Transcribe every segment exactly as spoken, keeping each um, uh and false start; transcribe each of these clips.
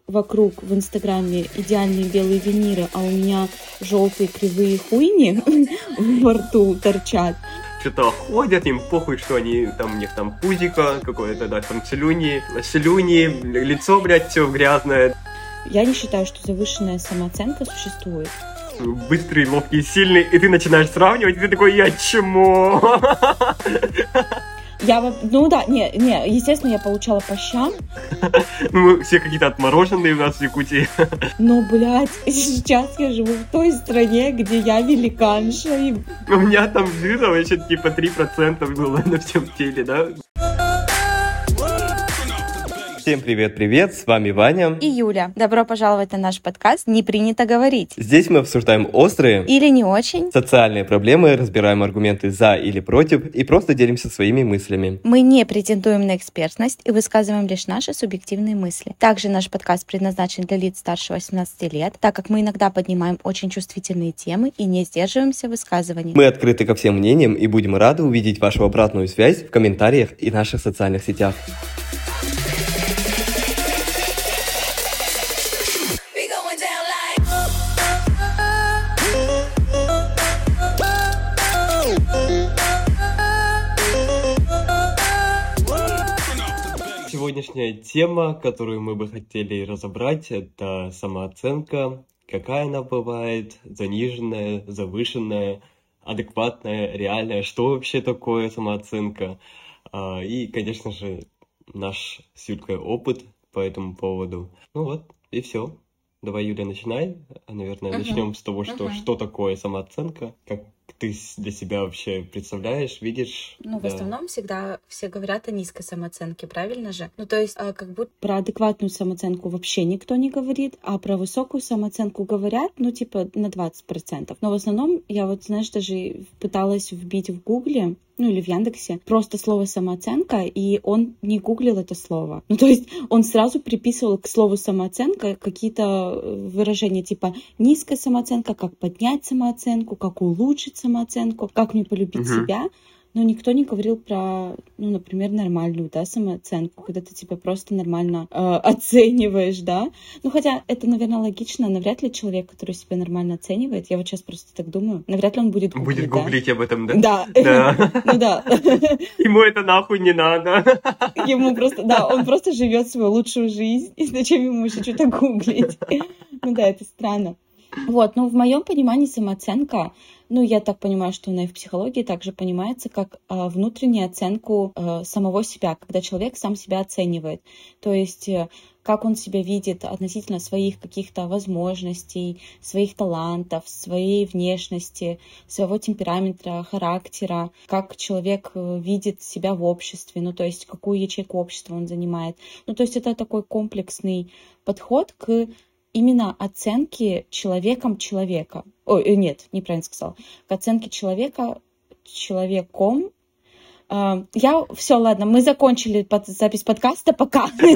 вокруг в Инстаграме идеальные белые виниры, а у меня желтые кривые хуйни во рту торчат. Что-то ходят, им похуй, что они, там, у них там пузико какое-то, да, там слюни, слюни, лицо, блядь, все грязное. Я не считаю, что завышенная самооценка существует. Быстрый, ловкий, сильный, и ты начинаешь сравнивать, и ты такой, я чмо? Я, ну да, не, не, естественно, я получала по щам. Ну, мы все какие-то отмороженные у нас в Якутии. Но, блядь, сейчас я живу в той стране, где я великанша. И... У меня там жира вообще типа три процента было на всем теле, да? Всем привет-привет, с вами Ваня и Юля. Добро пожаловать на наш подкаст «Не принято говорить». Здесь мы обсуждаем острые или не очень социальные проблемы, разбираем аргументы за или против и просто делимся своими мыслями. Мы не претендуем на экспертность и высказываем лишь наши субъективные мысли. Также наш подкаст предназначен для лиц старше восемнадцати лет, так как мы иногда поднимаем очень чувствительные темы и не сдерживаемся в высказываниях. Мы открыты ко всем мнениям и будем рады увидеть вашу обратную связь в комментариях и наших социальных сетях. Сегодняшняя тема, которую мы бы хотели разобрать, это самооценка. Какая она бывает? Заниженная, завышенная, адекватная, реальная? Что вообще такое самооценка? И, конечно же, наш с Юлькой опыт по этому поводу. Ну вот, и все. Давай, Юля, начинай. Наверное, uh-huh. начнем с того, что, uh-huh. что такое самооценка, как ты для себя вообще представляешь, видишь? Ну, да. В основном всегда все говорят о низкой самооценке, правильно же? Ну, то есть, как будто про адекватную самооценку вообще никто не говорит, а про высокую самооценку говорят, ну, типа, на двадцать процентов. Но в основном, я вот, знаешь, даже пыталась вбить в Гугле, ну, или в Яндексе, просто слово «самооценка», и он не гуглил это слово. Ну, то есть он сразу приписывал к слову «самооценка» какие-то выражения типа «низкая самооценка», как поднять самооценку, как улучшить самооценку, как мне полюбить uh-huh. себя. Но никто не говорил про, ну, например, нормальную, да, самооценку, когда ты тебя просто нормально э, оцениваешь, да. Ну, хотя это, наверное, логично. Навряд ли человек, который себя нормально оценивает, я вот сейчас просто так думаю, навряд ли он будет гуглить, Будет гуглить да? об этом, да? Да. Да. Ну да. Ему это нахуй не надо. Ему просто, да, он просто живет свою лучшую жизнь, и зачем ему еще что-то гуглить? Ну да, это странно. Вот, но в моем понимании самооценка, ну, я так понимаю, что она и в психологии также понимается как э, внутреннюю оценку э, самого себя, когда человек сам себя оценивает. То есть, э, как он себя видит относительно своих каких-то возможностей, своих талантов, своей внешности, своего темперамента, характера, как человек э, видит себя в обществе, ну, то есть, какую ячейку общества он занимает. Ну, то есть, это такой комплексный подход к именно оценки человеком человека. Ой, нет, неправильно сказала. К оценке человека человеком. Я... Все, ладно, мы закончили под... запись подкаста, пока. У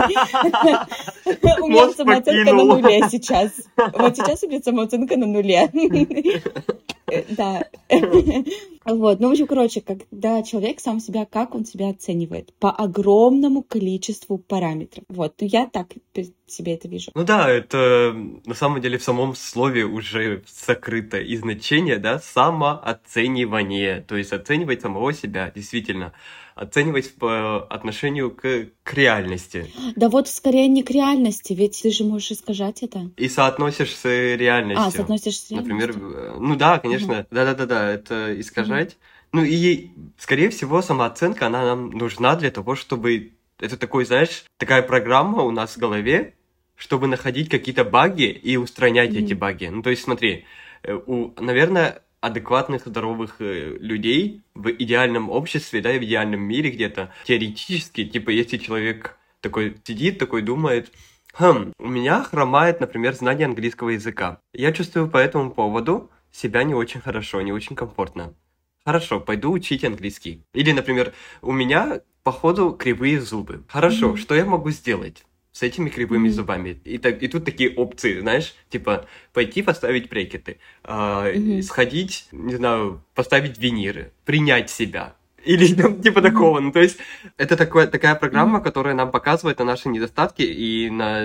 меня самооценка на нуле сейчас. Вот сейчас у меня самооценка на нуле. Да. Вот, ну, в общем, короче, когда человек сам себя, как он себя оценивает? По огромному количеству параметров. Вот, ну, я так себе это вижу. Ну да, это на самом деле в самом слове уже сокрыто и значение, да, самооценивание. То есть оценивать самого себя, действительно. Оценивать по отношению к, к реальности. Да вот скорее не к реальности, ведь ты же можешь искажать это. И соотносишь с реальностью. А, соотносишь с реальностью. Например, ну да, конечно, угу. да-да-да, это искажать. Угу. Ну и, скорее всего, самооценка, она нам нужна для того, чтобы... Это такой, знаешь, такая программа у нас в голове, чтобы находить какие-то баги и устранять угу. эти баги. Ну то есть смотри, у, наверное... адекватных, здоровых э, людей в идеальном обществе, да, и в идеальном мире где-то, теоретически, типа, если человек такой сидит, такой думает, хм, у меня хромает, например, знание английского языка. Я чувствую по этому поводу себя не очень хорошо, не очень комфортно. Хорошо, пойду учить английский. Или, например, у меня, походу, кривые зубы. Хорошо, mm-hmm. что я могу сделать с этими кривыми mm-hmm. зубами? И, так, и тут такие опции, знаешь, типа, пойти поставить брекеты, э, mm-hmm. сходить, не знаю, поставить виниры, принять себя. Или там, типа mm-hmm. такого. Ну, то есть, это такое, такая программа, mm-hmm. которая нам показывает на наши недостатки и на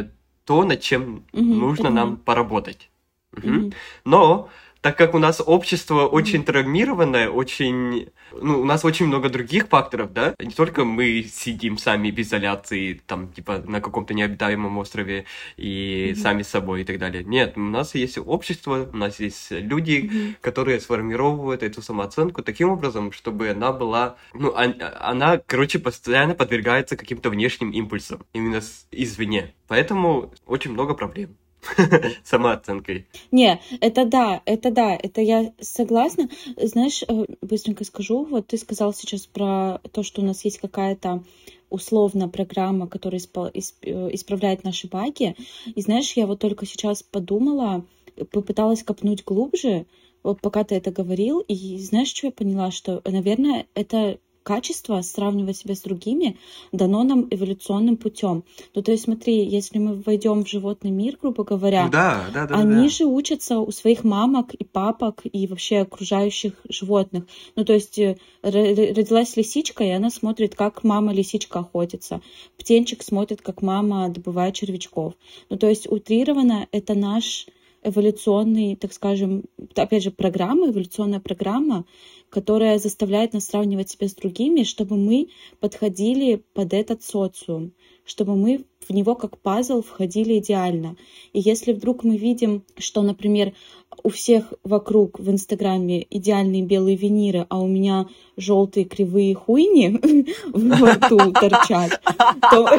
то, над чем Мгм, нужно понимаю. нам поработать. Мгм. Мгм. Но так как у нас общество Мгм. очень травмированное, очень... Ну, у нас очень много других факторов, да? Не только мы сидим сами в изоляции, там, типа, на каком-то необитаемом острове и Мгм. сами с собой и так далее. Нет, у нас есть общество, у нас есть люди, Мгм. которые сформировывают эту самооценку таким образом, чтобы она была... Ну, он- она, короче, постоянно подвергается каким-то внешним импульсам, именно с- извне. Поэтому очень много проблем с самооценкой. Не, это да, это да, это я согласна. Знаешь, э, быстренько скажу, вот ты сказал сейчас про то, что у нас есть какая-то условно программа, которая испол- исп- э, исправляет наши баги. И знаешь, я вот только сейчас подумала, э, попыталась копнуть глубже, вот пока ты это говорил, и знаешь, что я поняла? Что, наверное, это качество сравнивать себя с другими дано нам эволюционным путем. Ну, то есть, смотри, если мы войдем в животный мир, грубо Ну говоря, да, да, да, да, они да. же учатся у своих мамок и папок и вообще окружающих животных. Ну, то есть э, ро- ро- родилась лисичка, и она смотрит, как мама лисичка охотится. Птенчик смотрит, как мама добывает червячков. Ну, то есть утрированно это наш эволюционный, так скажем, опять же, программа, эволюционная программа, которая заставляет нас сравнивать себя с другими, чтобы мы подходили под этот социум, чтобы мы в него как пазл входили идеально. И если вдруг мы видим, что, например, у всех вокруг в Инстаграме идеальные белые виниры, а у меня желтые кривые хуйни во рту торчат, то,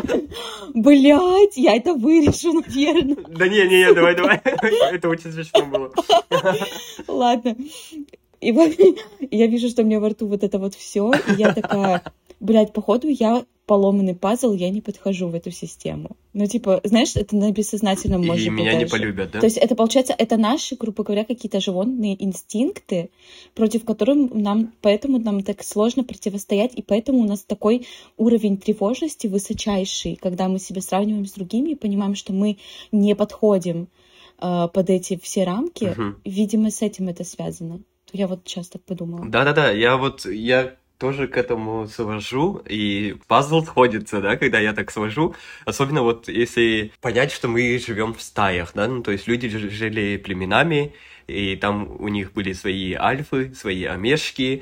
блядь, я это вырежу, наверное. Да не, не, не, давай, давай. Это очень смешно было. Ладно. И вот я вижу, что у меня во рту вот это вот все, и я такая, блядь, походу я поломанный пазл, я не подхожу в эту систему. Ну, типа, знаешь, это на бессознательном И может быть меня не даже. полюбят, да? То есть это, получается, это наши, грубо говоря, какие-то животные инстинкты, против которых нам, поэтому нам так сложно противостоять, и поэтому у нас такой уровень тревожности высочайший, когда мы себя сравниваем с другими и понимаем, что мы не подходим э, под эти все рамки. Мгм. Видимо, с этим это связано. Я вот сейчас так подумала. Да-да-да, я вот, я тоже к этому свожу, и пазл сходится, да, когда я так свожу. Особенно вот если понять, что мы живем в стаях, да, ну, то есть люди ж- жили племенами, и там у них были свои альфы, свои омешки,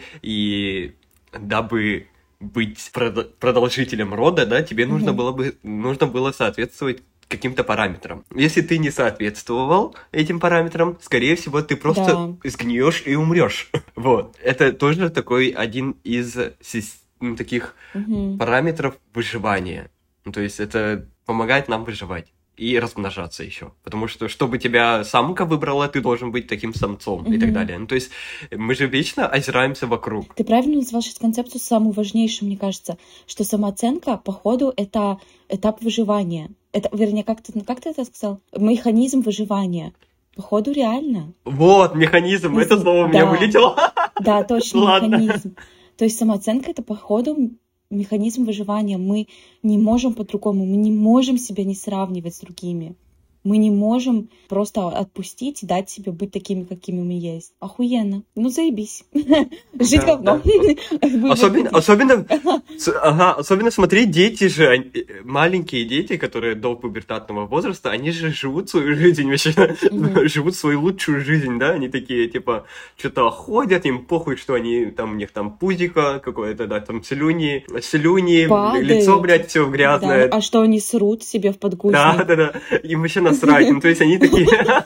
и дабы быть прод- продолжителем рода, да, тебе нужно Мгм. было бы, нужно было соответствовать каким-то параметрам. Если ты не соответствовал этим параметрам, скорее всего, ты просто Да. сгниешь и умрешь. Вот. Это тоже такой один из сис- ну, таких Мгм. параметров выживания. Ну, то есть это помогает нам выживать и размножаться еще. Потому что, чтобы тебя самка выбрала, ты должен быть таким самцом и так Мгм. далее. Ну, то есть мы же вечно озираемся вокруг. Ты правильно назвал сейчас концепцию самую важнейшую, мне кажется, что самооценка, походу, это этап выживания. Это, вернее, как ты, как ты это сказал? Механизм выживания. Походу, реально. Вот, механизм, это Если- слово у меня да. вылетело. Да, точно, Ладно. механизм. То есть самооценка — это, походу, механизм выживания. Мы не можем по-другому, мы не можем себя не сравнивать с другими. Мы не можем просто отпустить и дать себе быть такими, какими мы есть. Охуенно. Ну, заебись. Жить Да, говно. Вывод Особенно, такой. особенно, с- ага, особенно смотри, дети же, они- э, маленькие дети, которые до пубертатного возраста, они же живут свою жизнь вообще, Мгм. живут свою лучшую жизнь, да, они такие, типа, что-то ходят, им похуй, что они, там, у них там пузико какое-то, да, там слюни, слюни, Падают. лицо, блядь, все Да, грязное. а что они срут себе в Да, подгузник? да, да, им вообще насрать, ну, то есть они такие,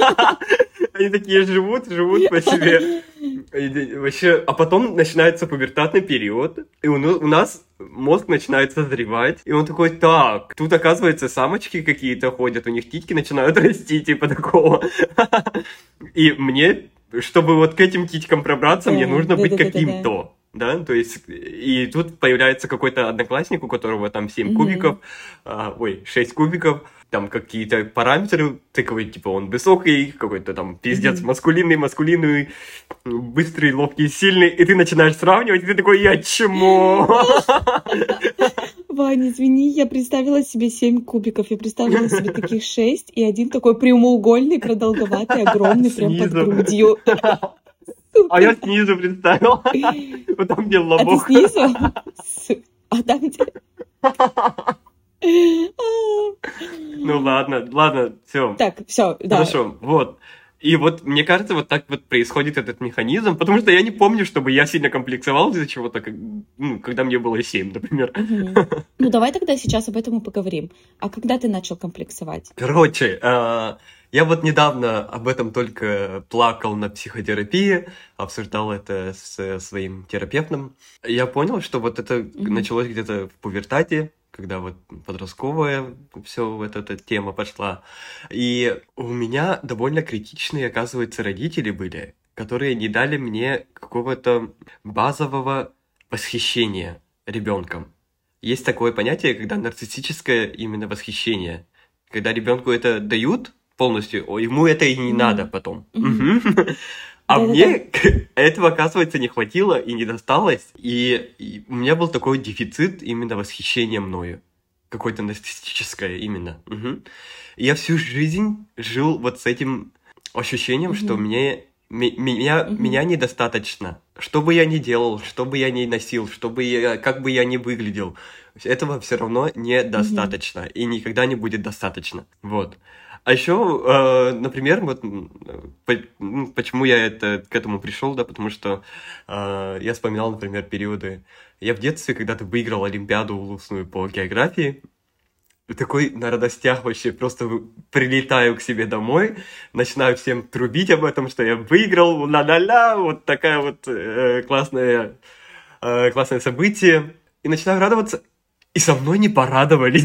они такие живут, живут по себе. И д- Вообще, а потом начинается пубертатный период, и у, ну- у нас мозг начинает созревать, и он такой, так, тут, оказывается, самочки какие-то ходят, у них титьки начинают расти, типа такого. И мне, чтобы вот к этим титькам пробраться, мне Да, нужно быть да-да-да-да-да. каким-то. Да, то есть, и тут появляется какой-то одноклассник, у которого там семь Мгм. кубиков, а, ой, шесть кубиков, там какие-то параметры, такой, типа, он высокий, какой-то там пиздец, Мгм. маскулинный, маскулинный, быстрый, ловкий, сильный, и ты начинаешь сравнивать, и ты такой, я чмо? Ваня, извини, я представила себе семь кубиков, я представила себе таких шесть, и один такой прямоугольный, продолговатый, огромный, прям под Снизу. грудью. А я снизу представил, вот там, где А ты лобок. снизу? С- А там где? Ну ладно, ладно, все. Так, все, да. Хорошо, вот. И вот, мне кажется, вот так вот происходит этот механизм, потому что я не помню, чтобы я сильно комплексовал из-за чего-то, как- ну, когда мне было семь, например. Мгм. Ну, давай тогда сейчас об этом и поговорим. А когда ты начал комплексовать? Короче, а, я вот недавно об этом только плакал на психотерапии, обсуждал это с своим терапевтом. Я понял, что вот это Мгм. началось где-то в пубертате, когда вот подростковая все вот эта тема пошла. И у меня довольно критичные, оказывается, родители были, которые не дали мне какого-то базового восхищения ребенком. Есть такое понятие, когда нарциссическое именно восхищение. Когда ребенку это дают полностью, о, ему это и не Мгм. надо потом. Мгм. Мгм. А Да-да-да. мне этого, оказывается, не хватило и не досталось. И, и у меня был такой дефицит именно восхищения мною. Какое-то нарциссическое именно. Мгм. И я всю жизнь жил вот с этим ощущением, что Мгм. мне, ми- меня, Мгм. меня недостаточно. Что бы я ни делал, что бы я ни носил, что бы я, как бы я ни выглядел, этого все равно Мгм. недостаточно. И никогда не будет достаточно. Вот. А еще, например, вот м, по- ну, почему я это, к этому пришел, да, потому что э, я вспоминал, например, периоды. Я в детстве когда-то выиграл Олимпиаду устную по географии. И такой на радостях вообще просто вы- прилетаю к себе домой, начинаю всем трубить об этом, что я выиграл, ла-ла-ла, вот такая вот э, классная, э, классное событие. И начинаю радоваться, и со мной не порадовались.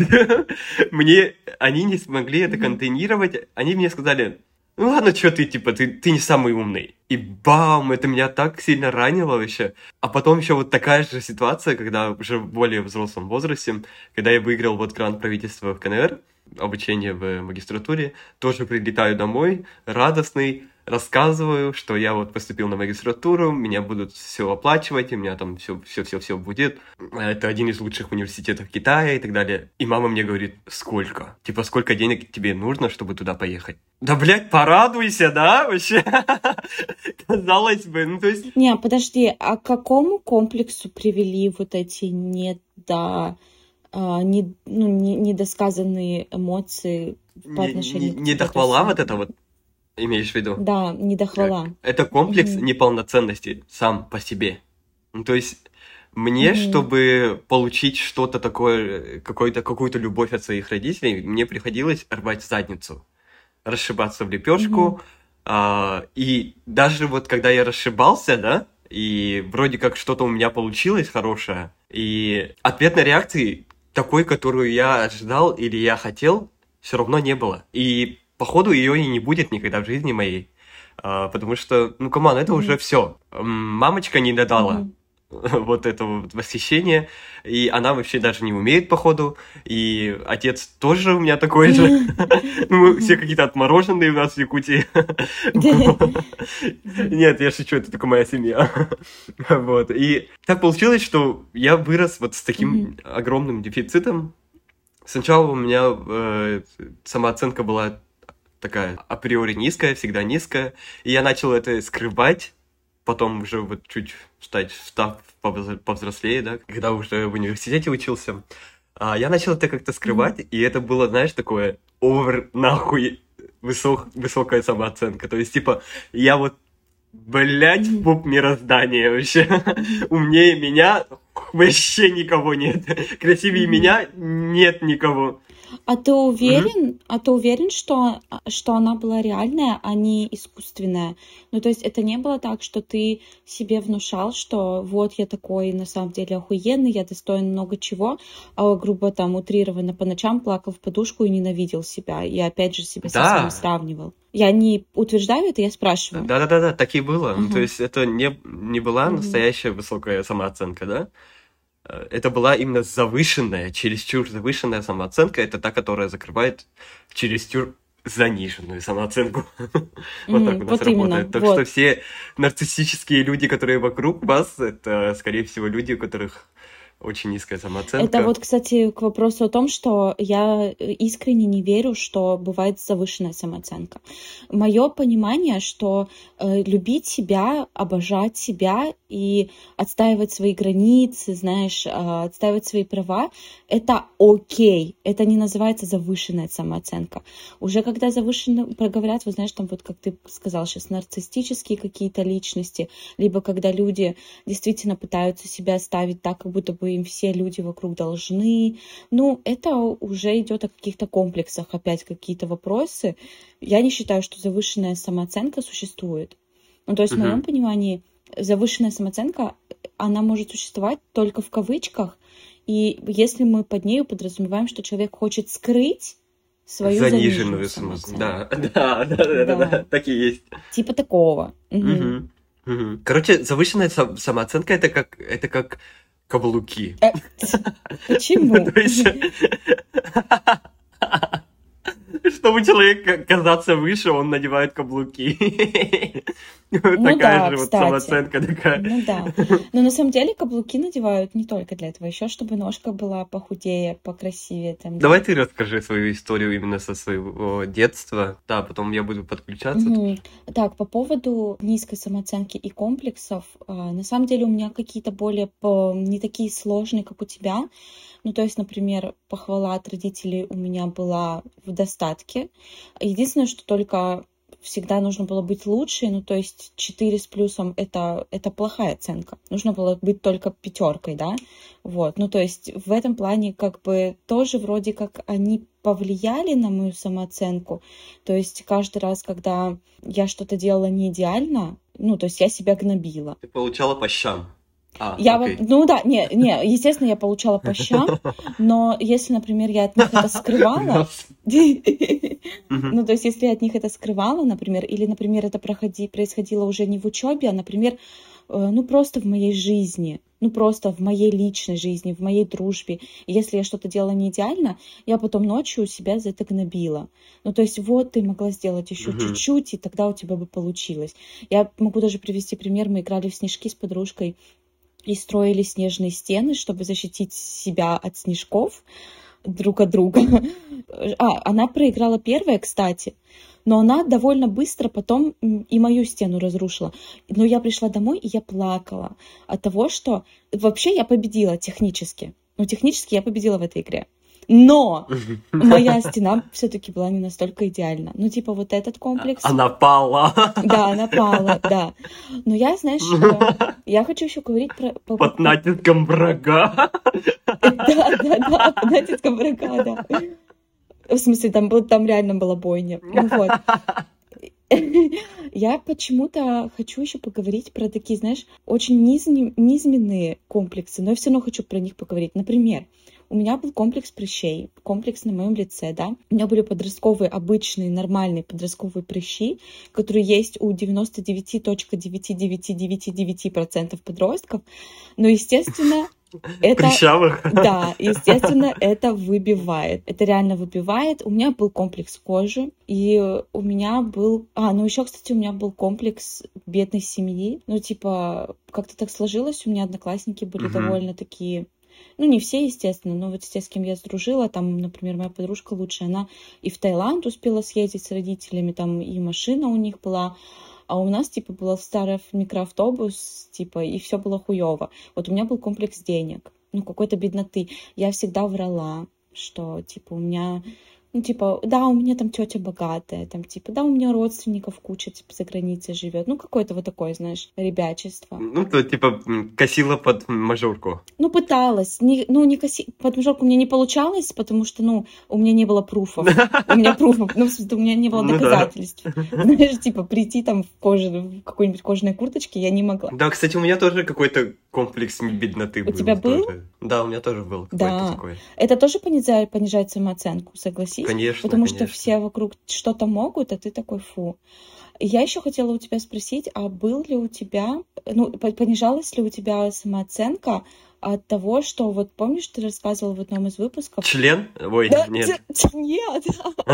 Мне они не смогли это Мгм. контейнировать. Они мне сказали, ну ладно, что ты, типа, ты, ты не самый умный. И бам, это меня так сильно ранило вообще. А потом еще вот такая же ситуация, когда уже в более взрослом возрасте, когда я выиграл вот грант правительства в КНР, обучение в магистратуре, тоже прилетаю домой, радостный, рассказываю, что я вот поступил на магистратуру, меня будут все оплачивать, и у меня там все, все, все, все будет. Это один из лучших университетов Китая и так далее. И мама мне говорит, сколько? Типа, сколько денег тебе нужно, чтобы туда поехать? Да, блядь, порадуйся, да, вообще? Казалось бы, ну то есть... Не, подожди, а к какому комплексу привели вот эти недо, а, не, ну, не- недосказанные эмоции по Не, не, отношению к не тебе? То есть, дохвала вот м, это вот, имеешь в виду? да, Как? недохвала. Это комплекс Мгм. неполноценности сам по себе. Ну, то есть мне, Мгм. чтобы получить что-то такое, какой-то, какую-то любовь от своих родителей, мне приходилось рвать задницу, расшибаться в Мгм. лепешку. а, и даже вот когда я расшибался, да, и вроде как что-то у меня получилось хорошее, и ответной реакции такой, которую я ожидал или я хотел, все равно не было. И походу ее и не будет никогда в жизни моей. А, потому что, ну, камон, это уже Мгм. все. Мамочка не додала Мгм. вот этого вот восхищения, и она вообще даже не умеет, походу, и отец тоже у меня такой же. Ну, мы все Мгм. какие-то отмороженные у нас в Якутии. Мгм. Нет, я шучу, это только моя семья. Вот, и так получилось, что я вырос вот с Мгм. таким огромным дефицитом. Сначала у меня э, самооценка была такая априори низкая, всегда низкая, и я начал это скрывать, потом уже вот чуть стать, став повз- повзрослее, да, когда уже в университете учился, а, я начал это как-то Мгм. скрывать, и это было, знаешь, такое овер, нахуй, высок, высокая самооценка, то есть, типа, я вот, блядь, Мгм. пуп мироздания вообще, Мгм. умнее меня вообще никого нет, красивее Мгм. меня нет никого. А ты Мгм. уверен, а ты уверен, что, а, что она была реальная, а не искусственная? Ну, то есть это не было так, что ты себе внушал, что вот я такой на самом деле охуенный, я достоин много чего, а грубо там утрированно по ночам плакал в подушку и ненавидел себя, и опять же себя со всеми Да, сравнивал. Я не утверждаю это, я спрашиваю. да-да-да, так и было. Ну, то Ага. есть это не, не была Мгм. настоящая высокая самооценка, да? Э, Это была именно завышенная, чересчур завышенная самооценка. Это та, которая закрывает чересчур заниженную самооценку. Вот так Мгм. у нас Вот именно, работает. Так что вот. все нарциссические люди, которые вокруг вас, это, скорее всего, люди, у которых очень низкая самооценка. Это вот, кстати, к вопросу о том, что я искренне не верю, что бывает завышенная самооценка. Мое понимание, что э, любить себя, обожать себя и отстаивать свои границы, знаешь, э, отстаивать свои права, это окей. Это не называется завышенная самооценка. Уже когда завышенно проговорят, вы знаешь, там вот, как ты сказал сейчас, нарциссические какие-то личности, либо когда люди действительно пытаются себя ставить так, как будто бы им все люди вокруг должны. Ну, это уже идет о каких-то комплексах, опять какие-то вопросы. Я не считаю, что завышенная самооценка существует. Ну, то есть, uh-huh. в моем понимании, завышенная самооценка, она может существовать только в кавычках, и если мы под нею подразумеваем, что человек хочет скрыть свою заниженную самооценку. Да, да, да, да, да, да, так и есть. Типа такого. Угу. Угу. Короче, завышенная сам- самооценка это как это как каблуки. Почему? То есть, чтобы человек казаться выше, он надевает каблуки. Ну такая да, же вот кстати. самооценка такая. Ну да. Но на самом деле каблуки надевают не только для этого, еще чтобы ножка была похудее, покрасивее. Там, да. Давай ты расскажи свою историю именно со своего детства. Да, потом я буду подключаться. Мгм. Так, по поводу низкой самооценки и комплексов, а, на самом деле у меня какие-то более по- не такие сложные, как у тебя. Ну, то есть, например, похвала от родителей у меня была в достатке. Единственное, что только всегда нужно было быть лучше, ну, то есть четыре с плюсом это, это плохая оценка. Нужно было быть только пятеркой, да, вот. Ну, то есть в этом плане как бы тоже вроде как они повлияли на мою самооценку. То есть каждый раз, когда я что-то делала не идеально, ну, то есть я себя гнобила. Ты получала по щам. А, Я, окей. вот- ну да, не, не, естественно, я получала по щам, но если, например, я от них это скрывала, Мгм. ну, то есть, если я от них это скрывала, например, или, например, это проходи, происходило уже не в учебе, а, например, э, ну, просто в моей жизни, ну, просто в моей личной жизни, в моей дружбе. И если я что-то делала не идеально, я потом ночью себя за это гнобила. Ну, то есть, вот ты могла сделать еще Мгм. чуть-чуть, и тогда у тебя бы получилось. Я могу даже привести пример. Мы играли в снежки с подружкой и строили снежные стены, чтобы защитить себя от снежков друг от друга. А, она проиграла первая, кстати, но она довольно быстро потом м, и мою стену разрушила. Но я пришла домой, и я плакала от того, что вообще я победила технически. Ну, технически я победила в этой игре. Но моя стена все-таки была не настолько идеальна. Ну, типа, вот этот комплекс. Она пала Да, она пала, да. Но я, знаешь, э, я хочу еще говорить про... по- под по- натиском врага. Да, да, да, под натиском врага, да. В смысле, там, был, там реально была бойня. Ну вот. Я почему-то хочу еще поговорить про такие, знаешь, очень низни- низменные комплексы, но я все равно хочу про них поговорить. Например, у меня был комплекс прыщей, комплекс на моем лице, да. У меня были подростковые, обычные, нормальные подростковые прыщи, которые есть у девяносто девять целых девять девять девять девять процентов подростков. Но, естественно, это... Прыщавых. Да, естественно, это выбивает. Это реально выбивает. У меня был комплекс кожи, и у меня был... А, ну еще, кстати, у меня был комплекс бедной семьи. Ну, типа, как-то так сложилось, у меня одноклассники были Мгм. довольно такие... Ну, не все, естественно, но вот те, с кем я сдружила, там, например, моя подружка лучшая, она и в Таиланд успела съездить с родителями, там и машина у них была, а у нас, типа, был старый микроавтобус, типа, и все было хуево. Вот у меня был комплекс денег, ну, какой-то бедноты. Я всегда врала, что, типа, у меня... Ну, типа, да, у меня там тетя богатая, там, типа, да, у меня родственников куча, типа, за границей живет. Ну, какое-то вот такое, знаешь, ребячество. Ну, то типа м, косила под мажорку. Ну, пыталась. Не, ну, не коси... Под мажорку у меня не получалось, потому что, ну, у меня не было пруфов. У меня пруфов, ну, в смысле, у меня не было Ну да. доказательств. Знаешь, типа, прийти там в коже, в какой-нибудь кожаной курточке я не могла. Да, кстати, у меня тоже какой-то комплекс бедноты У был. тебя был? тоже. Да, у меня тоже был какой-то Да. такой. Это тоже понижает, понижает самооценку, согласись? Конечно, Потому что конечно. все вокруг что-то могут, а ты такой фу. Я еще хотела у тебя спросить, а был ли у тебя, ну, по- понижалась ли у тебя самооценка от того, что вот помнишь, ты рассказывал в одном из выпусков... Член? Ой, Да, нет. т- Нет.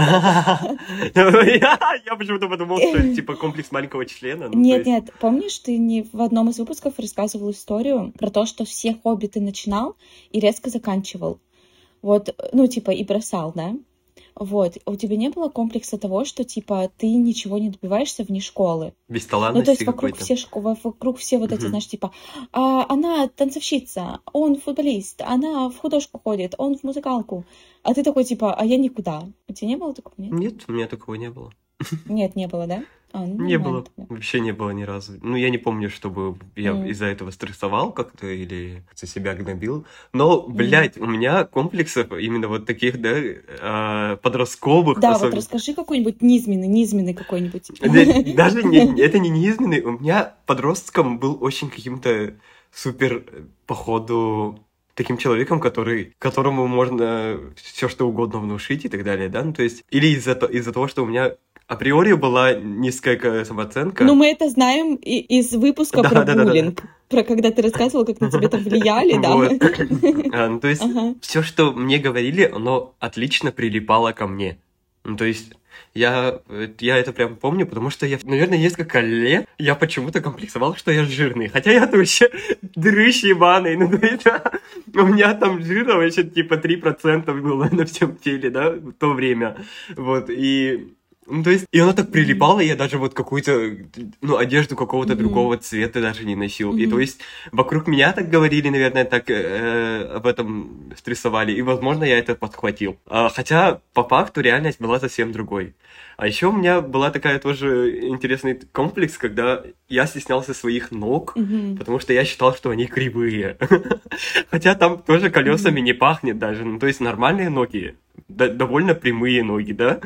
Я я почему-то подумал, что это типа комплекс маленького члена. Ну, то Нет, есть... нет, помнишь, ты не в одном из выпусков рассказывал историю про то, что все хобби ты начинал и резко заканчивал. Вот, ну, типа, и бросал, да? Вот. У тебя не было комплекса того, что, типа, ты ничего не добиваешься вне школы? Ну, то Бесталанности есть вокруг какой-то. все, шко- вокруг все вот эти, Мгм. знаешь, типа, а, она танцовщица, он футболист, она в художку ходит, он в музыкалку. А ты такой, типа, а я никуда. У тебя не было такого, нет? Нет, у меня такого не было. Нет, не было, да? А, ну, Не нормально было. тогда. Вообще не было ни разу. Ну, я не помню, чтобы я М, из-за этого стрессовал как-то или за себя гнобил. Но, м. блядь, у меня комплексов именно вот таких, да, а, подростковых Да, вот особенно. расскажи какой-нибудь низменный, низменный какой-нибудь. Да, даже не, это не неизменный. У меня подростком был очень каким-то супер, э, походу, таким человеком, который, которому можно все что угодно внушить и так далее, да? Ну, то есть, или из-за то- из-за того, что у меня априори была низкая ка- Ну, самооценка. мы это знаем и- из выпуска Да, про да, да, да, да. буллинг. Про когда ты рассказывал, как на тебя там влияли, да? Вот. А, ну, то есть, Ага. все, что мне говорили, оно отлично прилипало ко мне. Ну, то есть, я, э, я это прям помню, потому что я, наверное, несколько лет я почему-то комплексовал, что я жирный. Хотя я вообще дрыщ ебаный. Ну, то есть, у меня там жира вообще типа три процента было на всем теле, да, в то время. Вот, и... Ну, то есть, и оно так Мгм. прилипало, я даже вот какую-то, ну, одежду какого-то Мгм. другого цвета даже не носил. И то Мгм. есть, вокруг меня так говорили, наверное, так э, об этом стрессовали, и, возможно, я это подхватил. А, хотя, по факту, реальность была совсем другой. А еще у меня была такая тоже интересный комплекс, когда я стеснялся своих ног, Мгм. потому что я считал, что они кривые. Хотя там тоже колесами Мгм. не пахнет даже. Ну, то есть, нормальные ноги, да- довольно прямые ноги, да?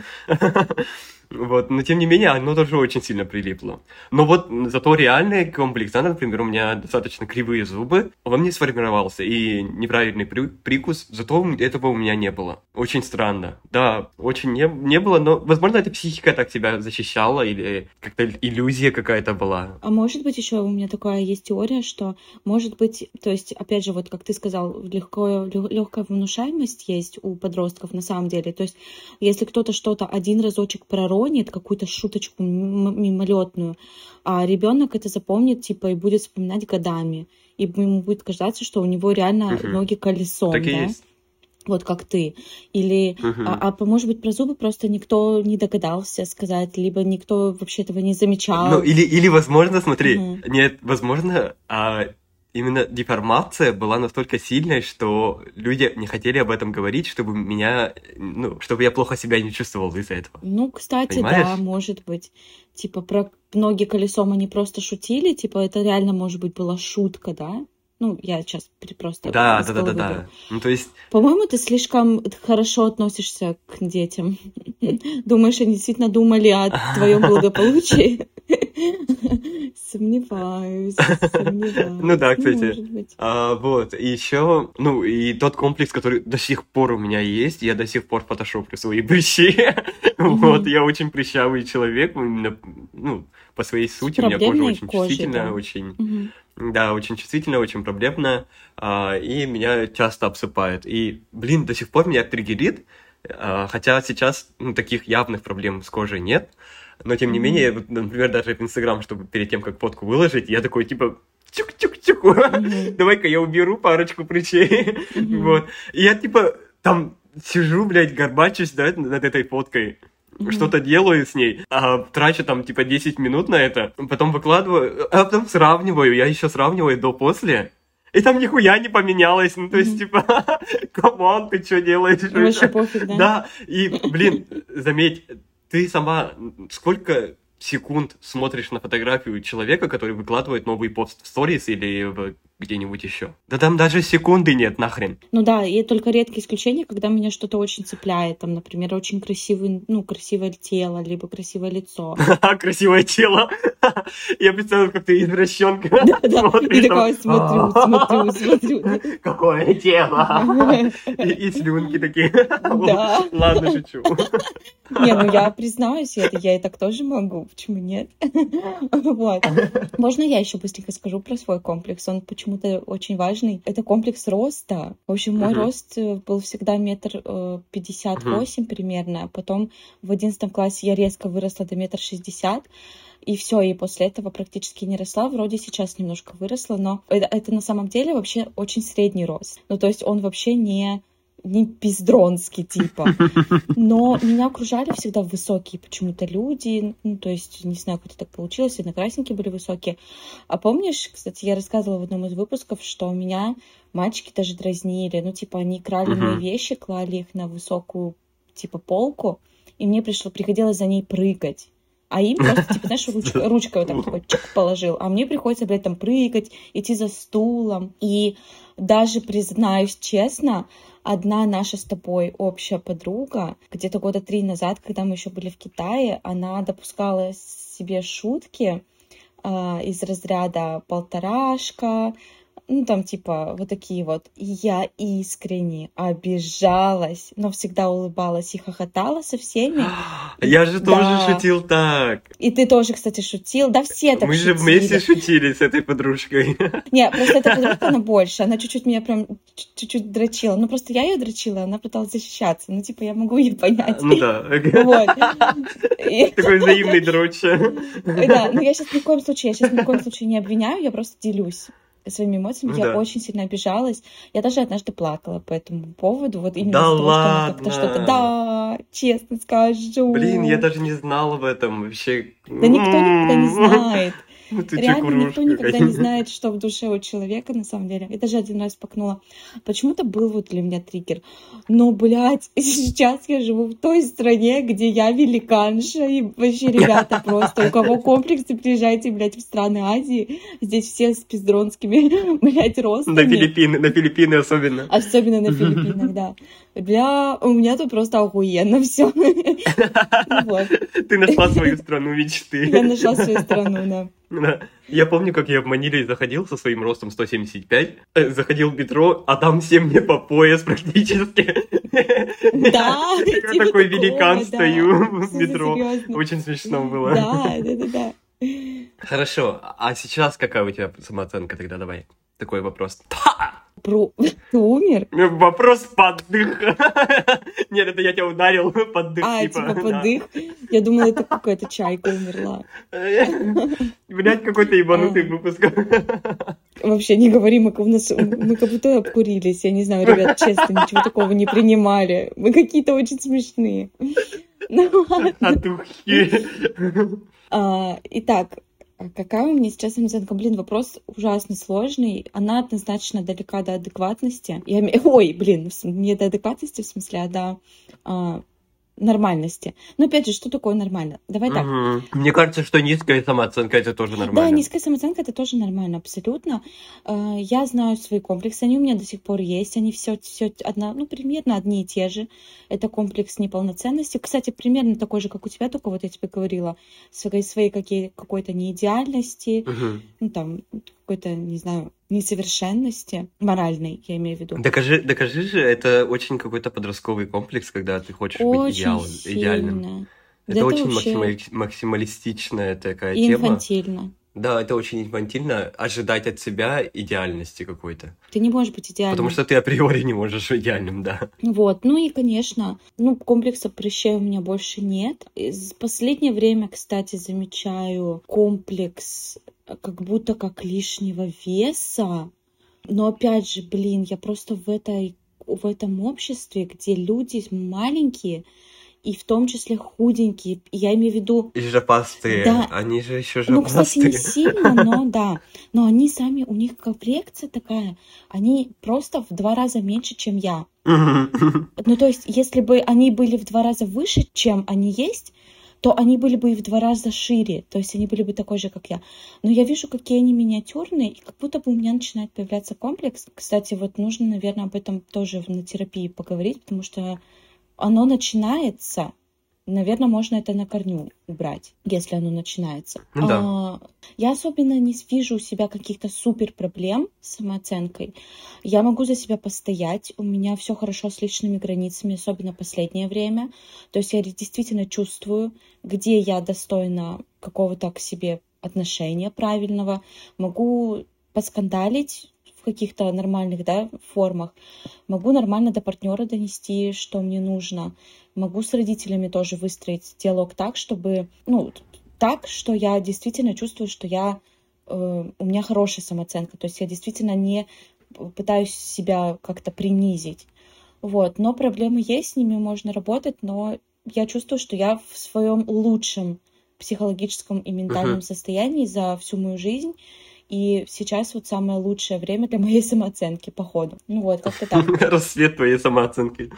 Вот, но тем не менее, оно тоже очень сильно прилипло. Но вот м, зато реальный комплекс, да, например, у меня достаточно кривые зубы, он не сформировался, и неправильный при- прикус, зато у м- этого у меня не было. Очень странно. Да, очень не, не было, но, возможно, эта психика так тебя защищала, или как-то иллюзия какая-то была. А может быть, еще у меня такая есть теория, что может быть, то есть, опять же, вот как ты сказал, легкое, легкая внушаемость есть у подростков на самом деле. То есть, если кто-то что-то один разочек проронит, какую-то шуточку м- мимолетную, а ребенок это запомнит, типа, и будет вспоминать годами. И ему будет казаться, что у него реально Мгм. ноги колесом, Так и да? есть. Вот как ты. Или, а, Мгм. а по- может быть, про зубы просто никто не догадался сказать, либо никто вообще этого не Ну, замечал. или, или, возможно, смотри, Мгм. нет, возможно, а, именно деформация была настолько сильной, что люди не хотели об этом говорить, чтобы меня, ну, чтобы я плохо себя не чувствовал из-за этого. Ну, кстати, да, Понимаешь? может быть. Типа про ноги колесом они просто шутили, типа это реально, может быть, была шутка, да? Ну, я сейчас просто Да, из да, да, да, головы беру. да. Ну, то есть, По-моему, ты слишком хорошо относишься к детям. Думаешь, они действительно думали о твоем благополучии? Сомневаюсь, ну да, сомневаюсь. Ну, кстати. может быть. А, вот, и еще, ну, и тот комплекс, который до сих пор у меня есть, я до сих пор фотошоплю свои прыщи. Вот, Мгм. я очень прыщавый человек, именно, ну, по своей С сути, у меня кожа проблемной очень кожей, чувствительная, да. очень, Мгм. да, очень чувствительная, очень проблемная, а, и меня часто обсыпает. И, блин, до сих пор меня триггерит, а, хотя сейчас, ну, таких явных проблем с кожей нет, но тем не Мгм. менее, вот, например, даже в Инстаграм, чтобы перед тем, как фотку выложить, я такой, типа, чук-чук-чук, Мгм. давай-ка я уберу парочку прыщей, Мгм. вот. И я, типа, там сижу, блядь, горбачусь, да, над этой фоткой, Мгм. что-то делаю с ней, а, трачу там, типа, десять минут на это, потом выкладываю, а потом сравниваю, я еще сравниваю до-после, и там нихуя не поменялось, ну, то есть, Мгм. типа, камон, ты что делаешь? Вообще пофиг, да? Да, и, блин, заметь, ты сама сколько секунд смотришь на фотографию человека, который выкладывает новый пост в сторис или в- где-нибудь еще? Да там даже секунды нет, нахрен. Ну да, и только редкие исключения, когда меня что-то очень цепляет, там, например, очень красивый, ну, красивое тело, либо красивое лицо. Красивое тело. Я представляю, как ты извращенка Да, да, и смотришь там. такая смотрю, смотрю, смотрю. Какое тело! И, и слюнки такие. Да. Ладно, шучу. Не, ну я признаюсь, это я и так тоже могу, почему нет? Вот. Можно я еще быстренько скажу про свой комплекс? Он почему почему-то очень важный. Это комплекс роста. В общем, мой uh-huh. рост был всегда метр пятьдесят восемь uh-huh. примерно. Потом в одиннадцатом классе я резко выросла до метр шестьдесят. И все, и после этого практически не росла. Вроде сейчас немножко выросла, но это, это на самом деле вообще очень средний рост. Ну, то есть он вообще не, не пиздронский типа. Но меня окружали всегда высокие почему-то люди. Ну, то есть, не знаю, как это так получилось. Одноклассники были высокие. А помнишь, кстати, я рассказывала в одном из выпусков, что меня мальчики даже дразнили. Ну, типа, они крали мои вещи, клали их на высокую, типа, полку. И мне пришло, приходилось за ней прыгать. А им просто, типа, знаешь, ручка, ручкой вот так такой чик положил. А мне приходится, блядь, там прыгать, идти за стулом. И даже, признаюсь честно, одна наша с тобой общая подруга, где-то года три назад, когда мы еще были в Китае, она допускала себе шутки э, из разряда полторашка, ну, там, типа, вот такие вот. И я искренне обижалась, но всегда улыбалась и хохотала со всеми. Я же Да. тоже шутил так. И ты тоже, кстати, шутил. Да все так Мы шутили. же вместе шутили с этой подружкой. Не, просто эта подружка, она больше. Она чуть-чуть меня прям чуть-чуть дрочила. Ну, просто я ее дрочила, она пыталась защищаться. Ну, типа, я могу ее понять. Ну да. Вот. Такой взаимный дрочь. Да, но я сейчас ни в коем случае, я сейчас ни в коем случае не обвиняю, я просто делюсь своими эмоциями. Ну, я да. очень сильно обижалась. Я даже однажды плакала по этому поводу. Вот именно Да из-за того, что она ладно? как-то что-то... Да, честно скажу. Блин, я даже не знал об этом вообще. Да никто никогда не знает. Ну ты Реально, чекурушка, никто никогда конечно. не знает, что в душе у человека, на самом деле. Я даже один раз пакнула. Почему-то был вот для меня триггер. Но, блядь, сейчас я живу в той стране, где я великанша. И вообще, ребята, просто у кого комплексы, приезжайте, блядь, в страны Азии. Здесь все с пиздронскими, блядь, ростами. На Филиппины, на Филиппины особенно. Особенно на Филиппинах, да. Бля, у меня тут просто охуенно все. Ты нашла свою страну мечты. Я нашла свою страну, да. Да. Я помню, как я в Маниле заходил со своим ростом сто семьдесят пять, э, заходил в метро, а там все мне по пояс практически. Да, я типа такой такого, великан да. стою в метро. Серьезно. Очень смешно было. Да, да, да, да. Хорошо, а сейчас какая у тебя самооценка тогда, давай? Такой вопрос. Про... Ты умер? Вопрос поддых. Нет, это я тебя ударил поддых. А, типа поддых? Я думала, это какая-то чайка умерла. Блять, какой-то ебанутый выпуск. Вообще не говори, мы, у нас, мы как будто обкурились. Я не знаю, ребят, честно, ничего такого не принимали. Мы какие-то очень смешные. Ну ладно. Отухи. А, итак, какая у меня сейчас самооценка? Блин, вопрос ужасно сложный. Она однозначно далека до адекватности. Я... Ой, блин, не до адекватности, в смысле, а до а, нормальности. Но опять же, что такое нормально? Давай так. Угу. Мне кажется, что низкая самооценка это тоже нормально. Да, низкая самооценка это тоже нормально, абсолютно. Я знаю свои комплексы, они у меня до сих пор есть, они все, все одна, ну, примерно одни и те же. Это комплекс неполноценности. Кстати, примерно такой же, как у тебя, только вот я тебе говорила, своей, своей какие, какой-то неидеальности, Угу. ну, там, какой-то, не знаю, несовершенности моральной, я имею в виду. Докажи, докажи же, это очень какой-то подростковый комплекс, когда ты хочешь очень быть идеал, идеальным. сильно. Это Это очень вообще максимали- максималистичная такая и тема. инфантильно. Да, это очень инфантильно ожидать от себя идеальности какой-то. Ты не можешь быть идеальным. Потому что ты априори не можешь быть идеальным, да. Вот, ну и, конечно, ну, комплекса прыщей у меня больше нет. В последнее время, кстати, замечаю комплекс как будто как лишнего веса. Но опять же, блин, я просто в этой, в этом обществе, где люди маленькие, и в том числе худенькие, я имею в виду... И жопастые, Да. они же еще Ну, кстати, жопастые. не сильно, но да. Но они сами, у них комплекция такая, они просто в два раза меньше, чем я. Ну, то есть, если бы они были в два раза выше, чем они есть, то они были бы и в два раза шире, то есть они были бы такой же, как я. Но я вижу, какие они миниатюрные, и как будто бы у меня начинает появляться комплекс. Кстати, вот нужно, наверное, об этом тоже на терапии поговорить, потому что оно начинается, наверное, можно это на корню убрать, если оно начинается. Ну да. А, я особенно не вижу у себя каких-то супер проблем с самооценкой. Я могу за себя постоять, у меня все хорошо с личными границами, особенно последнее время. То есть я действительно чувствую, где я достойна какого-то к себе отношения правильного. Могу поскандалить в каких-то нормальных, да, формах. Могу нормально до партнера донести, что мне нужно. Могу с родителями тоже выстроить диалог так, чтобы, ну, так, что я действительно чувствую, что я, э, у меня хорошая самооценка. То есть я действительно не пытаюсь себя как-то принизить. Вот. Но проблемы есть, с ними можно работать, но я чувствую, что я в своем лучшем психологическом и ментальном Мгм. состоянии за всю мою жизнь. И сейчас вот самое лучшее время для моей самооценки, походу. Ну вот, как-то так. Рассвет твоей самооценки.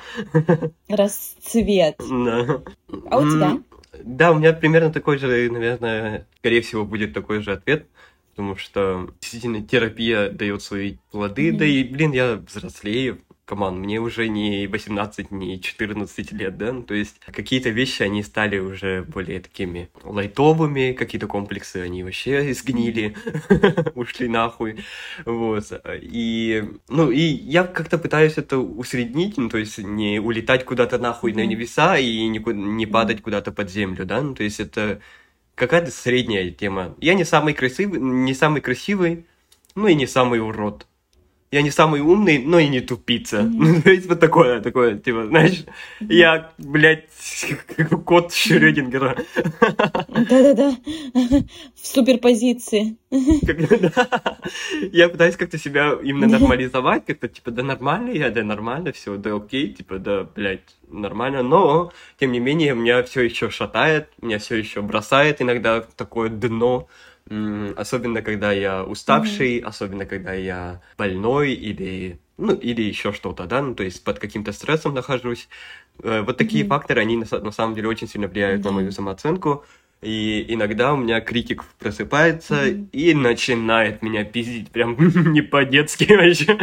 Расцвет. Да. А у тебя? М, Да, у меня примерно такой же, наверное, скорее всего, будет такой же ответ, потому что действительно терапия дает свои плоды, да Мгм. и, блин, я взрослею, камон, мне уже не восемнадцать, не четырнадцать лет, да, ну, то есть какие-то вещи, они стали уже более такими лайтовыми, какие-то комплексы, они вообще сгнили, ушли нахуй, вот, и, ну, и я как-то пытаюсь это усреднить, ну, то есть не улетать куда-то нахуй на Мгм. небеса и не, ку- не Мгм. падать куда-то под землю, да, ну, то есть это какая-то средняя тема. Я не самый красивый, не самый красивый, ну и не самый урод. Я не самый умный, но и не тупица. Мгм. Ну, то есть вот такое, такое, типа, знаешь, Мгм. я, блядь, как кот Мгм. Шрёдингера. Да-да-да. В суперпозиции. Как- да. Я пытаюсь как-то себя именно нормализовать, как-то, типа, да нормально я, да нормально все, да окей, типа, да, блядь, нормально, но, тем не менее, меня все еще шатает, меня все еще бросает иногда в такое дно, М, особенно когда я Мгм. уставший, особенно когда я больной или, ну, или еще что-то, да, ну, то есть под каким-то стрессом нахожусь. Э, Вот такие Мгм. факторы, они на, са- на самом деле очень сильно влияют на Да. мою самооценку. И иногда у меня критик просыпается Мгм. и начинает меня пиздить прям не по-детски вообще.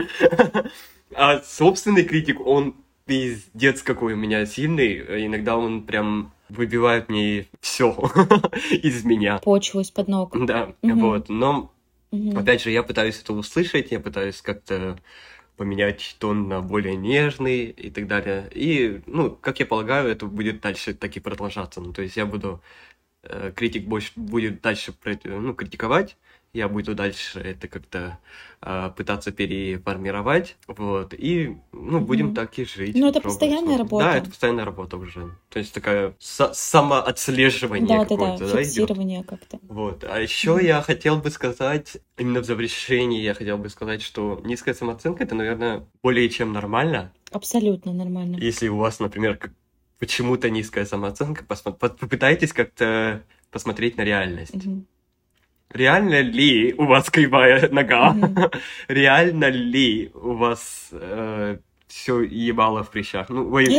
А собственный критик, он пиздец какой у меня сильный. Иногда он прям выбивает мне все из меня. Почву из-под ног. Да, Мгм. вот. Но, Мгм. опять же, я пытаюсь это услышать, я пытаюсь как-то поменять тон на более нежный и так далее. И, ну, как я полагаю, это будет дальше так и продолжаться. Ну, то есть я буду э, критик больше будет дальше про- ну, критиковать, я буду дальше это как-то а, пытаться переформировать, вот, и, ну, будем Мгм. так и жить, Ну, это пробовать. постоянная Ну, да, работа. это постоянная работа уже. То есть такая са- самоотслеживание Да-да-да, какое-то, да, идет. фиксирование как-то. Вот. А еще Мгм. я хотел бы сказать, именно в завершении я хотел бы сказать, что низкая самооценка это, наверное, более чем нормально. Абсолютно нормально. Если у вас, например, как- почему-то низкая самооценка, посмо- по- попытайтесь как-то посмотреть на реальность. Мгм. Реально ли у вас кривая нога? Мгм. Реально ли у вас все ебало в прыщах? Ну, ой,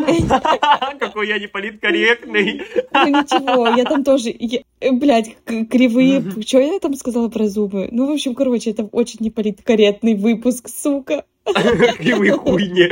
какой я неполиткорректный. Ну ничего, я там тоже, я- э, блядь, к- кривые, что я там сказала про зубы? Ну, в общем, короче, это очень неполиткорректный выпуск, сука. Кривые хуйни.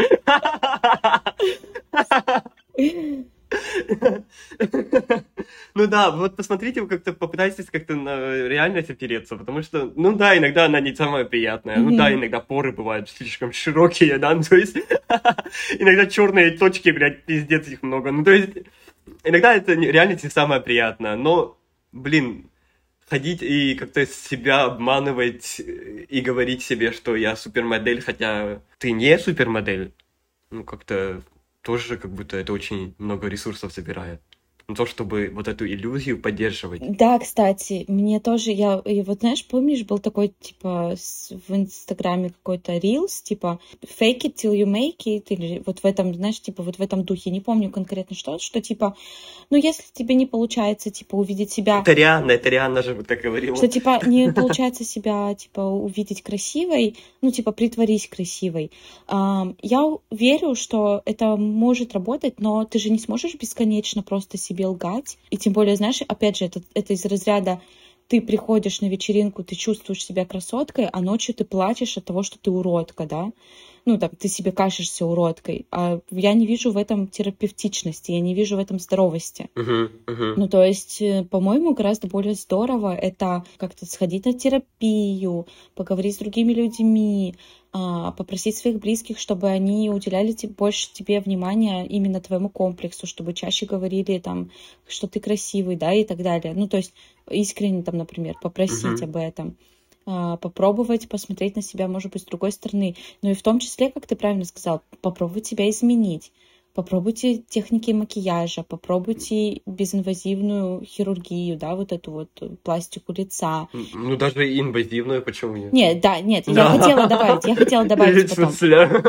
Ну да, вот посмотрите, вы как-то попытайтесь как-то на реальность опереться, потому что, ну да, иногда она не самая приятная, ну да, Мгм. иногда поры бывают слишком широкие, да, ну то есть иногда черные точки, блядь, пиздец их много, ну то есть иногда это не- реальность не самая приятная, но, блин, ходить и как-то себя обманывать э, и говорить себе, что я супермодель, хотя ты не супермодель, ну, как-то тоже как будто это очень много ресурсов забирает. На то, чтобы вот эту иллюзию поддерживать. Да, кстати, мне тоже, я, и вот знаешь, помнишь, был такой, типа, с- в Инстаграме какой-то рилс, типа, fake it till you make it, или вот в этом, знаешь, типа, вот в этом духе, не помню конкретно что, что, типа, ну, если тебе не получается, типа, увидеть себя, Это Рианна, это Рианна же вот так говорила. что, типа, не получается себя, типа, увидеть красивой, ну, типа, притворись красивой. Ам, Я верю, что это может работать, но ты же не сможешь бесконечно просто себе лгать. И тем более, знаешь, опять же, это, это из разряда ты приходишь на вечеринку, ты чувствуешь себя красоткой, а ночью ты плачешь от того, что ты уродка, да? Ну, там, ты себе кажешься уродкой. А я не вижу в этом терапевтичности, я не вижу в этом здоровости. Мгм, мгм. Ну, то есть, э, по-моему, гораздо более здорово это как-то сходить на терапию, поговорить с другими людьми, а, попросить своих близких, чтобы они уделяли те- больше тебе внимания именно твоему комплексу, чтобы чаще говорили там, что ты красивый, да, и так далее. Ну, то есть, искренне там, например, попросить Мгм. об этом. а, попробовать посмотреть на себя, может быть, с другой стороны. Ну и в том числе, как ты правильно сказал, попробовать себя изменить. Попробуйте техники макияжа, попробуйте безинвазивную хирургию, да, вот эту вот пластику лица. Ну, даже инвазивную, почему нет? Нет, да, нет, я Да. хотела добавить, я хотела добавить В потом. смысле?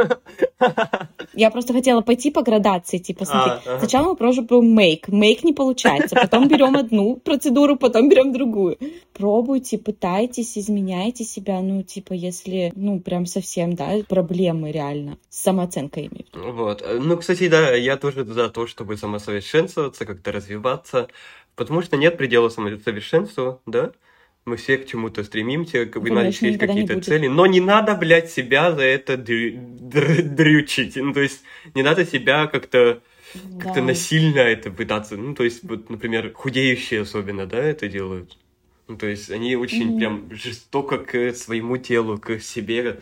Я просто хотела пойти по градации, типа, смотри, А, ага. сначала мы пробуем мейк, мейк не получается, потом берем одну процедуру, потом берем другую. Пробуйте, пытайтесь, изменяйте себя, ну, типа, если, ну, прям совсем, да, проблемы реально с самооценкой имеют. Вот. Ну, кстати, да, я тоже за то, чтобы самосовершенствоваться, как-то развиваться, потому что нет предела самосовершенству, да? Мы все к чему-то стремимся, как бы у нас Конечно, есть никогда не какие-то будет. цели, но не надо, блядь, себя за это дрю- др- дрючить. Ну, то есть не надо себя как-то как-то Да. насильно это пытаться. Ну, то есть, вот, например, худеющие особенно, да, это делают. Ну, то есть они очень Мгм. прям жестоко к своему телу, к себе,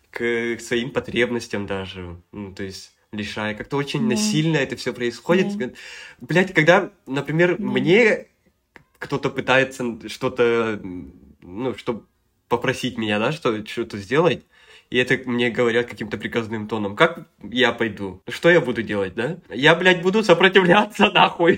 к своим потребностям даже. Ну, то есть лишая. Как-то очень Да. насильно это все происходит. Да. Блядь, когда, например, Да. мне кто-то пытается что-то, ну, чтобы попросить меня, да, что, что-то сделать, и это мне говорят каким-то приказным тоном. Как я пойду? Что я буду делать, да? Я, блядь, буду сопротивляться, нахуй.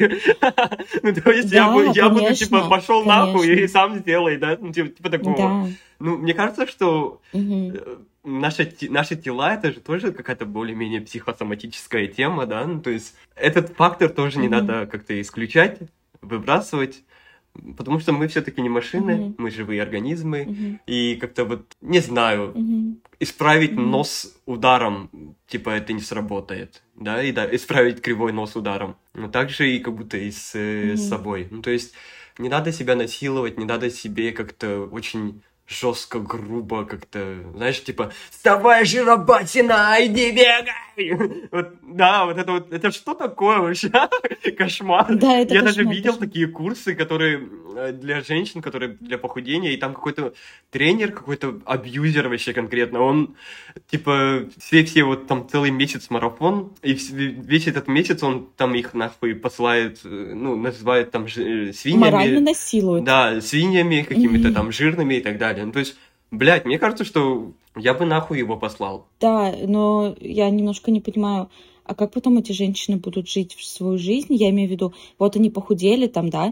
Ну, то есть я Да, бу- я буду, конечно, типа, пошел нахуй и конечно. сам сделай, да? Ну, типа типа такого. Да. Ну, мне кажется, что Мгм. э, наши, те- наши тела, это же тоже какая-то более-менее психосоматическая тема, да? Ну, то есть этот фактор тоже не Мгм. надо как-то исключать, выбрасывать. Потому что мы все-таки не машины, Мгм. мы живые организмы, Мгм. и как-то вот, не знаю, Мгм. исправить Мгм. нос ударом, типа, это не сработает, да, и да, исправить кривой нос ударом. Но также и как будто и с, э, с Мгм. собой. Ну, то есть не надо себя насиловать, не надо себе как-то очень жестко, грубо как-то, знаешь, типа, вставай, жиробатина, иди бегай! Вот, да, вот это вот, это что такое вообще? Кошмар. Да, это Я даже кошмар, видел кошмар. такие курсы, которые э, для женщин, которые для похудения, и там какой-то тренер, какой-то абьюзер вообще конкретно, он, типа, все-все вот там целый месяц марафон, и вс- весь этот месяц он там их нахуй посылает, э, ну, называет там жи- э, свиньями. Морально насилуют. Да, свиньями какими-то Мгм. там жирными и так далее. Ну, то есть, блядь, мне кажется, что я бы нахуй его послал. Да, но я немножко не понимаю, а как потом эти женщины будут жить в свою жизнь? Я имею в виду, вот они похудели там, да,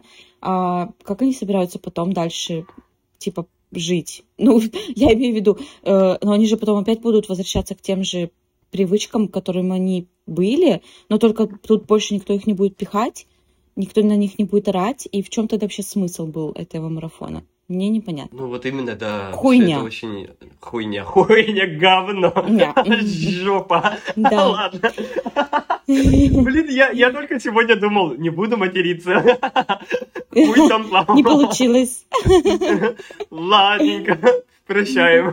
а как они собираются потом дальше, типа, жить? Ну, я имею в виду, э, но они же потом опять будут возвращаться к тем же привычкам, к которым они были, но только тут больше никто их не будет пихать, никто на них не будет орать, и в чем тогда вообще смысл был этого марафона? Мне непонятно. Ну, вот именно, да. всё Хуйня. Это очень... Хуйня. Хуйня, говно. Ня. Жопа. Да. Ладно. Блин, я, я только сегодня думал, не буду материться. Хуй там плавал. Не получилось. Ладненько. Прощаем.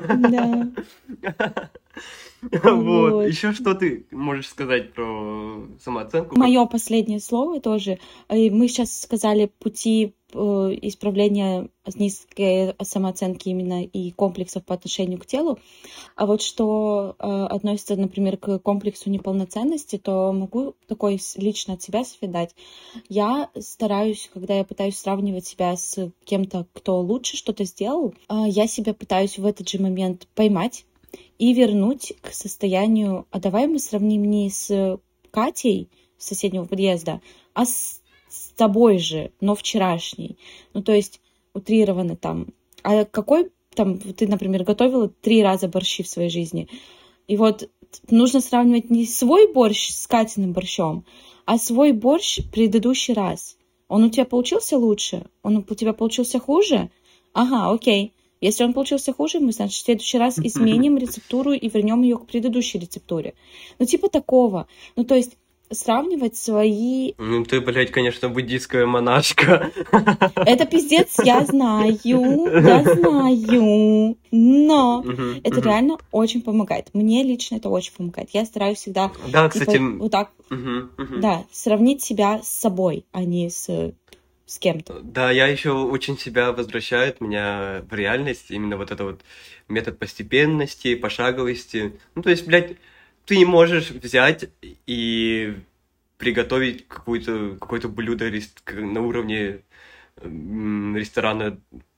Да. Вот. Вот. Еще что ты можешь сказать про самооценку? Мое последнее слово тоже. Э, Мы сейчас сказали пути э, исправления низкой самооценки именно и комплексов по отношению к телу. А вот что э, относится, например, к комплексу неполноценности, то могу такой с- лично от себя свидать. Я стараюсь, когда я пытаюсь сравнивать себя с кем-то, кто лучше что-то сделал, э, я себя пытаюсь в этот же момент поймать и вернуть к состоянию, а давай мы сравним не с Катей с соседнего подъезда, а с, с тобой же, но вчерашней. Ну, то есть утрированно там. А какой там, ты, например, готовила три раза борщи в своей жизни, и вот нужно сравнивать не свой борщ с Катиным борщом, а свой борщ предыдущий раз. Он у тебя получился лучше? Он у тебя получился хуже? Ага, окей. Если он получился хуже, мы, значит, в следующий раз изменим рецептуру и вернем ее к предыдущей рецептуре. Ну, типа такого. Ну, то есть сравнивать свои... Ну, ты, блядь, конечно, буддийская монашка. Это пиздец, я знаю, я знаю, но Мгм, это мгм. реально очень помогает. Мне лично это очень помогает. Я стараюсь всегда, Да, типа, кстати, вот так, мгм, мгм. да, сравнить себя с собой, а не с, с кем-то. Да, я еще очень себя возвращает меня в реальность, именно вот это вот метод постепенности, пошаговости. Ну, то есть, блядь, ты не можешь взять и приготовить какое-то какое-то блюдо рес- к- на уровне м, ресторана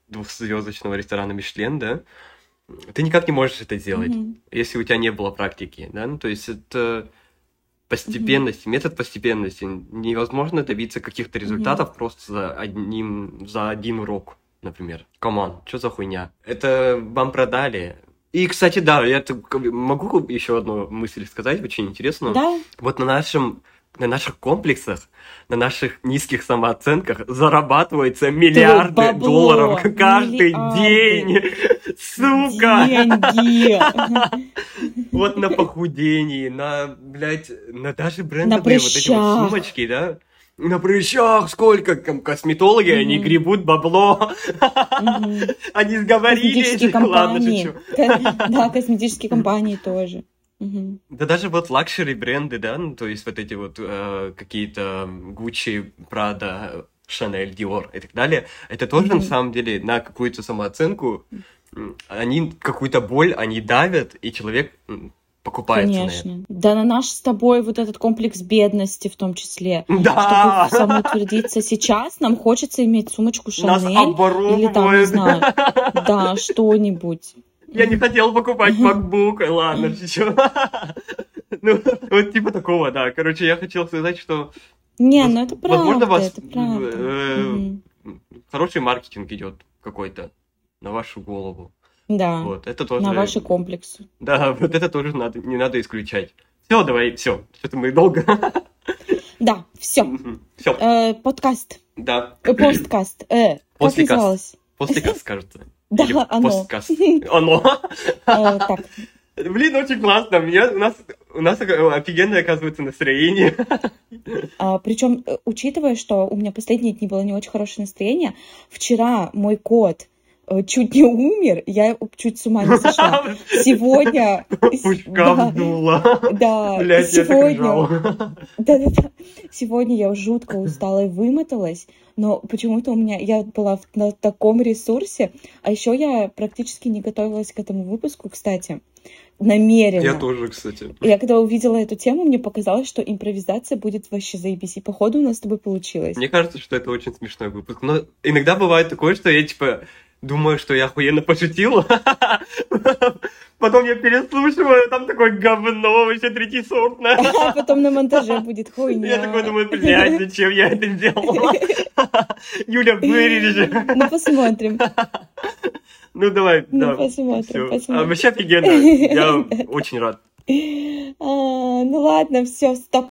двухзвездочного ресторана Мишлен, да, ты никак не можешь это сделать, Мгм. если у тебя не было практики, да, ну, то есть это постепенность, метод постепенности. Невозможно добиться каких-то Мгм. результатов просто за одним, за один урок, например. Камон, что за хуйня? Это вам продали. И, кстати, да, я так могу еще одну мысль сказать, очень интересную. Да, Вот на нашем, на наших комплексах, на наших низких самооценках зарабатывается миллиарды бабло, долларов каждый миллиарды. день. Сука! деньги. Вот на похудении, на, блядь, на даже На брендовые вот эти вот прыщах. сумочки, да? На прыщах сколько ком- косметологи, они Мгм. гребут бабло. Мгм. Они сговорились. Косметические Ладно, компании. шучу. Ко- Да, косметические компании тоже. Мгм. Да даже вот лакшери бренды, да, ну то есть вот эти вот э, какие-то Gucci, Prada, Chanel, Dior и так далее, это тоже на Мгм. самом деле на какую-то самооценку, м, они какую-то боль, они давят, и человек м, покупается на это. Конечно. Да на наш с тобой вот этот комплекс бедности в том числе. Чтобы Да! самоутвердиться сейчас, нам хочется иметь сумочку Нас Шанель или там, не обворовывают. знаю, да, что-нибудь. Я не хотел покупать MacBook, ладно, шучу. Ну, вот типа такого, да. Короче, я хотел сказать, что Не, воз- ну это возможно правда, вас это правда. э, Мгм. хороший маркетинг идет какой-то на вашу голову. Да, Вот, это на тоже, ваши комплексы. да, вот это тоже надо, не надо исключать. Все, давай, все, что-то мы долго. Да, все. Все, Подкаст, да. э, посткаст, э, как Послекаст. называлось? После каст, кажется. Да, Или оно. посткаст. Оно. Э, Так, Блин, очень классно. Меня, у нас, у нас офигенное, оказывается, настроение. причем, учитывая, что у меня последние дни было не очень хорошее настроение, вчера мой кот э, чуть не умер, я чуть с ума не сошла. Сегодня... Пушка Да, вдула. да, Блять, я так сегодня... ржал. Да-да-да. Сегодня я жутко устала и вымоталась, но почему-то у меня... Я была в- на таком ресурсе, а еще я практически не готовилась к этому выпуску, кстати, намеренно. Я тоже, кстати. Я когда увидела эту тему, мне показалось, что импровизация будет вообще заебись. И походу у нас с тобой получилось. Мне кажется, что это очень смешной выпуск. Но иногда бывает такое, что я, типа, думаю, что я охуенно пошутил. Потом я переслушиваю, там такое говно, вообще третьесортное. А потом на монтаже будет хуйня. Я такой думаю, блядь, зачем я это сделал? Юля, вырежи. Ну, посмотрим. Ну, давай, Ну, да. посмотрим, Всё. посмотрим. А, вообще офигенно. Я очень рад. А, ну ладно, все, стоп.